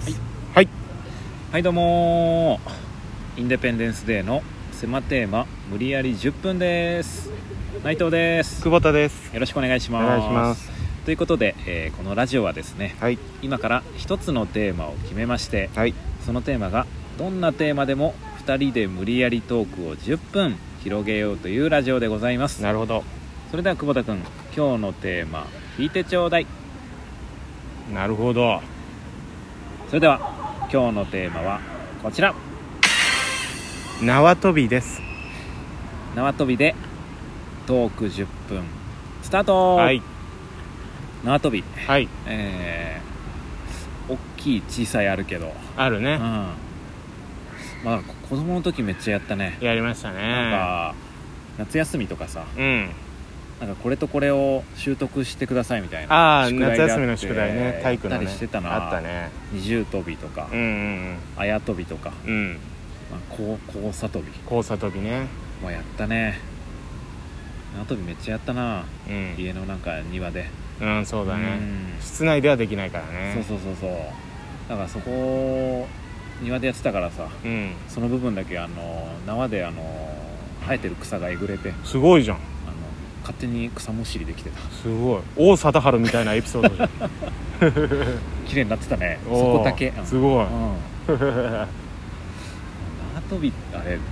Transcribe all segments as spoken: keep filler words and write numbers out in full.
ます。 はい、 はい、どうもインデペンデンスデーの狭テーマ無理やりじゅっぷんです。内藤です。 久保田です。 よろしくお願いします。 お願いします。 ということで、えー、このラジオはですね、 はい、 今から一つのテーマを決めまして、 はい、 そのテーマがどんなテーマでもふたりで無理やりトークをじゅっぷん広げようというラジオでございます。 なるほど。 それでは久保田くん、今日のテーマ聞いてちょうだい。 なるほど。 それでは今日のテーマはこちら、 縄跳びです。 縄跳びでトークじゅっぷんスタート。 はい、 縄跳び、 はい、 えー、大きい小さいあるけど、 あるね、 うん、まあ子供の時めっちゃやったね。 やりましたね。 なんか夏休みとかさ、 うん、 なんかこれとこれを習得してくださいみたいな、 ああ、 宿題夏休みの宿題ね、体育のね、 やったりしてたな。 あったね。 二重跳びとか、 うんうんあや跳びとか、 うん、うん、 まあ、こう交差跳び、 交差跳びね。 まあ、やったね。縄跳びめっちゃやったな、 うん、 家のなんか庭で。 うん、そうだね、 うん、 室内ではできないからね。 そうそうそうそう。だからそこ庭でやってたからさ、 うん、 その部分だけあの縄であの生えてる草がえぐれて、 すごいじゃん。 あの勝手に草むしりできてた。 すごい、王貞治みたいなエピソードじゃん。 綺麗になってたね、そおーこだけ。 すごい、 うん、縄跳びあれいっ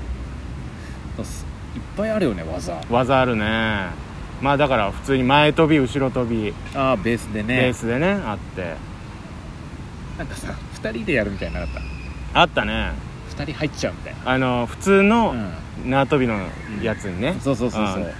ぱいあるよね、技。 技あるね。まあだから普通に前跳び後ろ跳び、 ああ、ベースでね、 ベースでねあって、 なんかさふたりでやるみたいなのなかっあったね。 た。ふたり入っちゃうみたいな。 あの普通のうん、 縄跳びのやつにね、 そうそうそうそう、 うん、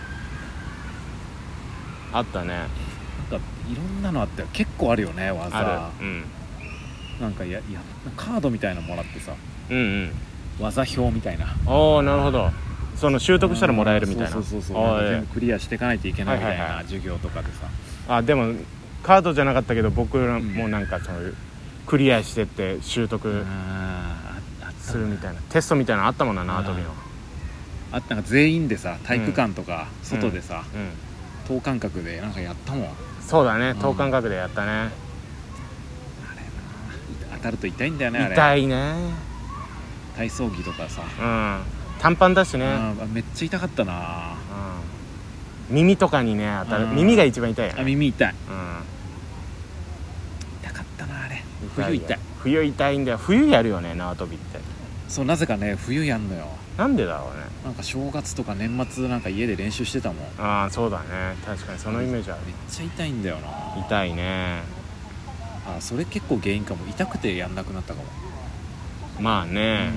あったね。 なんかいろんなのあって結構あるよね、技。 ある、うん、 なんかややカードみたいなのもらってさ、 うんうん技表みたいな。 おお、なるほど。その習得したらもらえるみたいな。 そうそうそうそう、 おー、 全部クリアしていかないといけないみたいはいはいはない授業とかでさ、 あ、でもカードじゃなかったけど僕らもなんかそういうクリアしてって習得あああするみたいなテストみたいなのあったもんな、縄跳びの。 あった。なんか全員でさ、体育館とか外でさ、 うん、うん、 等間隔でなんかやったもん。あれそうだね、 ん等間隔でやったね。 な、当たると痛いんだよね、あれ。 痛いね。 体操着とかさ、 うん、短パンだしね。 あめっちゃ痛かったな。 うん、耳とかにね当たる。耳が一番痛いよね。 あ、耳痛い。 うん、 痛かったな、あれ。 冬冬痛い。 冬痛いんだよ。冬やるよね、縄跳びって。 そう、なぜかね冬やんのよ。 なんでだろうね。 なんか正月とか年末なんか家で練習してたもん。 ああ、そうだね、確かにそのイメージある。 めっちゃ痛いんだよな。 痛いね。 あ、それ結構原因かも。痛くてやんなくなったかも。 まあね、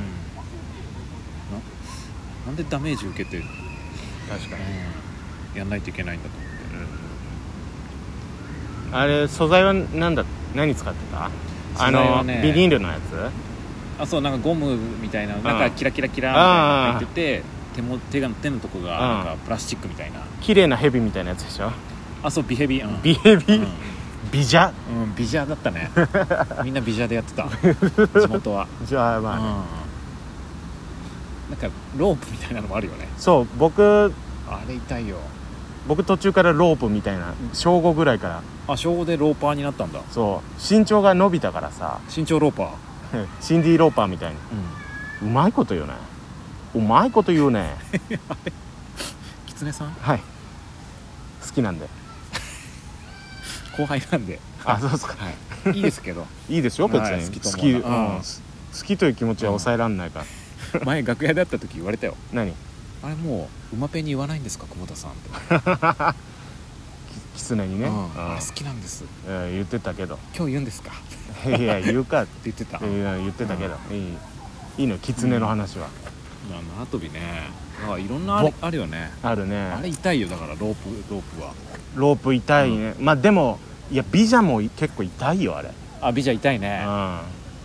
うん、な, なんでダメージ受けて、 確かに、 うん、やんないといけないんだと思って、 うん、あれ素材は何だ、何使ってた？あの、ね、ビニールのやつ？ あ、そう、なんかゴムみたいな、なんかキラキラキラみたいなの入ってて、手も手が手のとこがなんかプラスチックみたいな、 綺麗なヘビみたいなやつでしょ？ あ、そう、ビヘビ、うん、 ビヘビ、 うん、 ビジャ、 うん、ビジャだったね。みんなビジャでやってた。地元は。 じゃあまあ、ね、 うん、なんかロープみたいなのもあるよね。 そう、僕あれ痛いよ。僕途中からロープみたいな、小ごぐらいから。 あ、小ごでローパーになったんだ。そう、 身長が伸びたからさ、 身長ローパーシンディ・ローパーみたいに、うん、うまいこと言うね。うまいこと言うね。 キツネさん、 はい、好きなんで。 後輩なんで。 あ、そうですか、 はい、いいですけど。 いいですよ、別に、はい、好きと思う、好き、うん、好きという気持ちは抑えられないから、 うん、前楽屋で会った時言われたよ。 何？ あれ、もう馬ペンに言わないんですか、久保田さんって。 キツネにね、うん、 あれ好きなんです、 えー、言ってたけど。 今日言うんですか？ いや、言うかって言ってた。 いや、言ってたけど、うん、いい、いいの、キツネの話は。 うん、縄跳びね、だからいろんなあれあるよね。あるね。あれ痛いよ。だからロープロープはロープ痛いね、うん、まあでもいや、ビジャも結構痛いよ、あれ。 あ、ビジャ痛いね、 うん、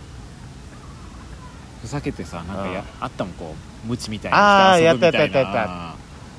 ふざけてさ、なんかや、うん、あったもん、こうムチみたいな。ああ、やったやったやったやった。 あ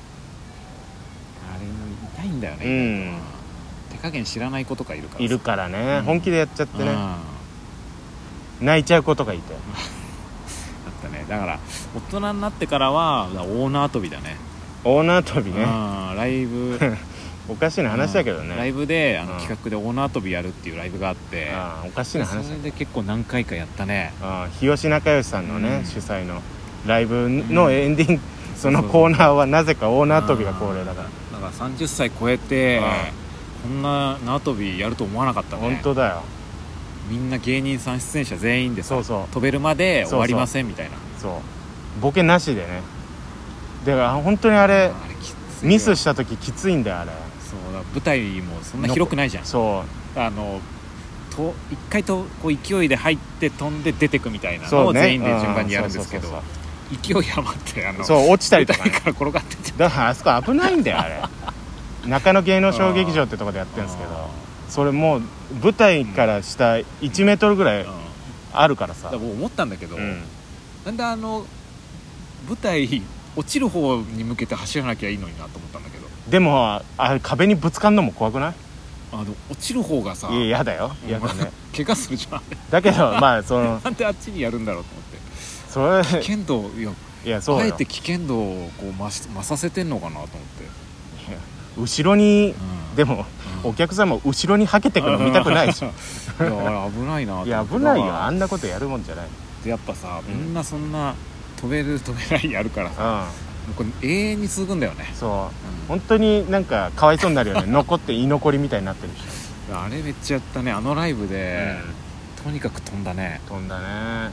れ痛いんだよね、 うん、 手加減知らない子とかいるからいるからね、うん、本気でやっちゃってね、 うん、 泣いちゃう子とかいて。 あったね。だから大人になってからは大縄跳びだね。 大縄跳びね。 ライブおかしな話だけどね、 うんライブであのうん企画で大縄跳びやるっていうライブがあってああおかしな話だそれで結構何回かやったね。 ああ日吉仲良しさんのね、 うん主催のライブのエンディング、そのコーナーはなぜか大縄跳びが恒例だから。 だからさんじゅっさい超えてこんな縄跳びやると思わなかったね。 本当だよ。 みんな芸人さん出演者全員でさそうそう飛べるまで終わりませんみたいな。 そうボケなしでね。だから本当にあれあれきついよミスした時きついんだよあれ。 そうだ舞台もそんな広くないじゃん。 そうあのと一回とこう勢いで入って飛んで出てくみたいなのそうねを全員で順番にやるんですけどうんそう勢い余ってあのそう落ちたりとかね舞台から転がってっちゃだからあそこ危ないんだよあれ中野芸能小劇場ってとこでやってるんですけど、それもう舞台から下いちメートルぐらいうんあるからさ、 だからもう思ったんだけど、 うんなんであの舞台落ちる方に向けて走らなきゃいいのになと思ったんだけど、 でもあれ壁にぶつかんのも怖くない？ あの落ちる方がさいや嫌だよ嫌だね怪我するじゃんだけどまあそのなんであっちにやるんだろうと思ってそれ危険度いやいやそうよあえて危険度をこう増し増させてんのかなと思って、 いや後ろに、 うんでも、 うんお客さんも後ろにはけてくの見たくないでしょいやあれ危ないなと思っていや危ないよあんなことやるもんじゃない。 でやっぱさうんみんなそんな飛べる飛べないやるからさ、 うんもうこれ永遠に続くんだよね。 そう、 うん本当になんかかわいそうになるよね残って居残りみたいになってるし、 あれめっちゃやったねあのライブで、 うとにかく飛んだね。 ん、飛んだね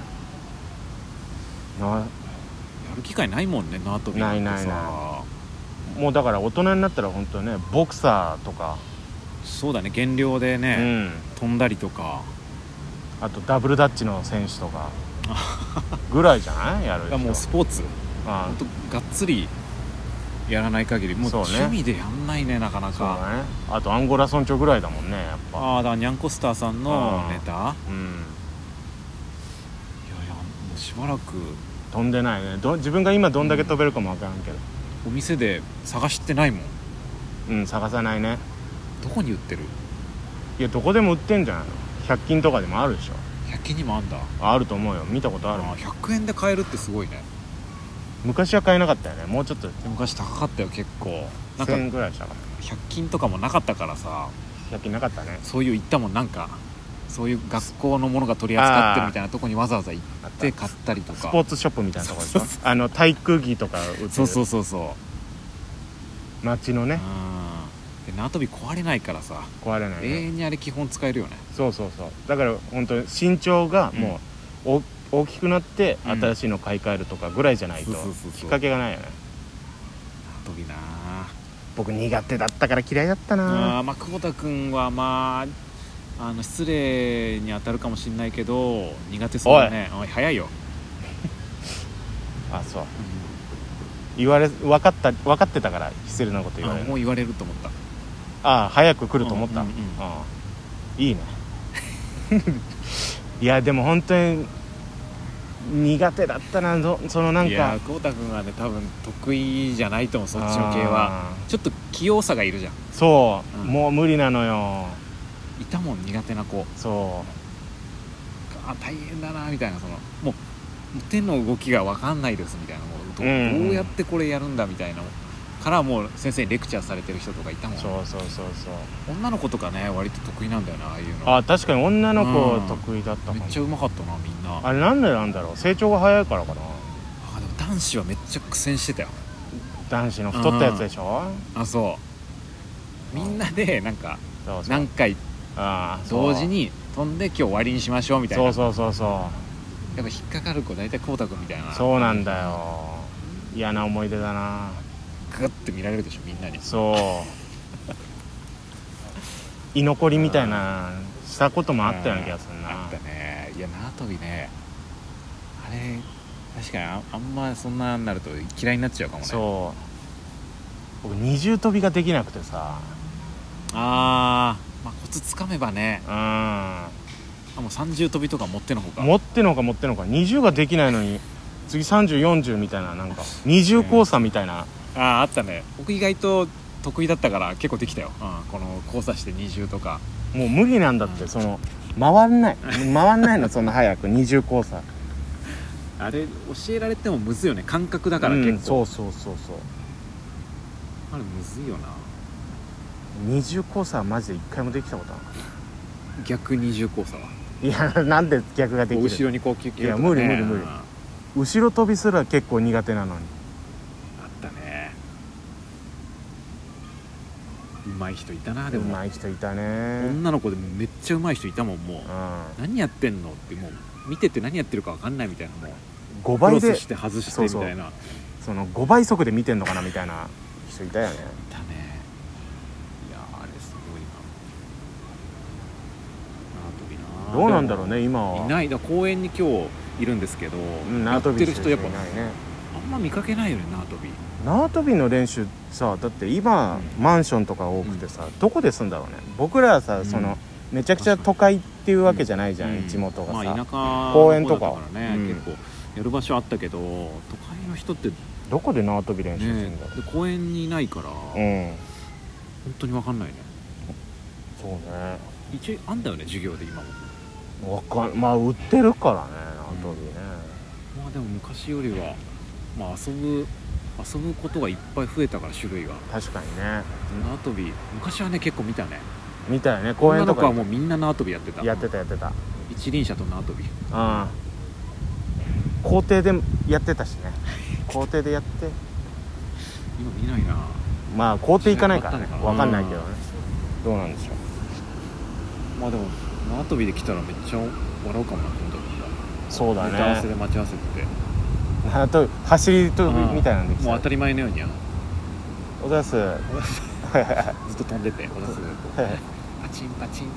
なやる機会ないもんね縄跳びなんてさ。 ないないなもうだから大人になったら本当ねボクサーとか、 そうだね減量でうね、 ん、 飛んだりとかあとダブルダッチの選手とかぐらいじゃないやる人いやもうスポーツあほんとがっつりやらない限りもうそうね趣味でやんないねなかなか。 そうだねあとアンゴラ村長ぐらいだもんねやっぱああだからニャンコスターさんのネタいやうんいやもうしばらく飛んでないねど自分が今どんだけ飛べるかもわからんけどお店で探してないもん。 うん探さないね。 どこに売ってる？ いやどこでも売ってんじゃないのひゃく均とかでもあるでしょ。 ひゃく均にもあんだ。 ああると思うよ見たことあるもん。 あひゃくえんで買えるってすごいね。 昔は買えなかったよねもうちょっとで昔高かったよ結構。なんかせんえんぐらいしたかひゃく均とかもなかったからさひゃく均なかったね。 そういう行ったもんなんかそういう学校のものが取り扱ってるみたいなとこにわざわざ行あっったて買ったりとか。 スポーツショップみたいなとこでしょそうそうあの体育着とか売ってるそうそうそうそう街のねうんで縄跳び壊れないからさ壊れない永ね遠にあれ基本使えるよね。 そうそうそうだから本当に身長がもう、お大きくなってうん新しいの買い替えるとかぐらいじゃないとそうそうそうそうきっかけがないよね。 縄跳びな僕苦手だったから嫌いだったあなーまあ久保田君はまああの失礼に当たるかもしれないけど苦手そうだね。おい早いよ、 あそう言われ分かった分かってたから失礼なこと言われるあもう言われると思った。 ああ早く来ると思った、 うんうんうんああいいねいやでも本当に苦手だったなどそのなんいやか久保田君はね多分得意じゃないと思うそっちの系は。 あちょっと器用さがいるじゃん。 ーそう、 うんもう無理なのよいたもん苦手な子。 そあ大変だなみたいなそのもう手の動きが分かんないですみたいなもうど,、 うんどうやってこれやるんだみたいなからもう先生にレクチャーされてる人とかいたもん。 うそうそうそうそう女の子とかね割と得意なんだよなああいうの。 あ確かに女の子うん得意だったかも、 めっちゃうまかったなみんな。 あれなんでなんだろう成長が早いからかな。 あでも男子はめっちゃ苦戦してたよ。 男子の太ったやつでしょ。 あそうみんなでなんかそうそう何回ああそう同時に飛んで今日終わりにしましょうみたいな。 そうそうそうそやっぱ引っかかる子大体こうたくんみたいな。 うそうなんだよ嫌な思い出だな。 グッて見られるでしょみんなに。 そう居残りみたいなしたこともあったような気がするな。 あったね。いや縄跳びねあれ確かに あ, あんまそんなになると嫌いになっちゃうかもね。 そう僕二重跳びができなくてさ。 あー、まあ、コツつかめばね。 うんあもう三重跳びとか持ってのほか。 持ってのか持ってのかにじゅうができないのに次さんじゅう、よんじゅうみたいななんか二重交差みたいな、 あああったね。僕意外と得意だったから結構できたよ、うん、この交差して二重とか。 もう無理なんだってその回んない回んないのそんな早く二重交差あれ教えられてもむずいよね感覚だからうん結構、 そうそうそうそうあれむずいよな。 二重交差はマジで一回もできたことない。 逆二重交差は、 いやなんで逆ができる。 後ろにこうキュッキュッとかね、 いや無理無理無理うんあ後ろ飛びすら結構苦手なのに。 ったね。上手い人いたな。でも上手い人いたね。 女の子でもめっちゃ上手い人いたもん。もううん何やってんのってもう見てて何やってるか分かんないみたいな。もうごばいでクロスして外してみたいな。いそのごばい速で見てんのかなみたいな人いたよね。 たね。いやあれすごいな。縄跳びな。 どうなんだろうね今は。 いないだ。公園に今日いるんですけど、 うんやってる人やっぱいないね。 あんま見かけないよね、縄跳び。 縄跳びの練習さ、だって今、 うんマンションとか多くてさ、どこですんだろうね。僕らはさ、 うんそのめちゃくちゃ都会っていうわけじゃないじゃん、 うん地元がさ、 まあ、田舎公園とかの方だからね、 うん結構やる場所あったけど、都会の人ってね、 どこで縄跳び練習するんだろう、 で公園にいないから、 うん本当に分かんないね。 そうね。 一応あんだよね、授業で今も。 わかんまあ売ってるからね縄跳びね、 まあでも昔よりは、まあ、遊ぶ遊ぶことがいっぱい増えたから、種類が。 確かにね。 縄跳び昔はね結構見たね。 みたいね、公園とか女の子はもうみんな縄跳びやってた。 やってたやってた。 一輪車と縄跳び。 うん校庭でやってたしね校庭でやって今見ないな。 まあ校庭行かないからね時代変わわったのかなかんないけどね。どうなんでしょまあでも縄跳びで来たらめっちゃ笑うかもな、今度。 う。そうだネタ合わせね。 で待ち合わせてて、 縄跳び走り跳びみたいなんできた。 もう当たり前のようにやおざすずっと飛んでて、おだすとパチンパチン。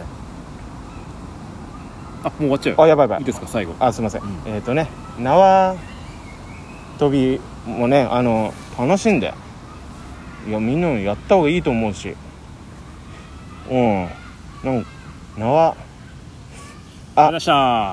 あ、もう終わっちゃうよ。 あやばいやばいいいですか最後。 あすいません、 うんえっ、ー、とね縄跳びもねあの楽しんで、いやみんなもやった方がいいと思うし、うんなんか縄ありがとうございました。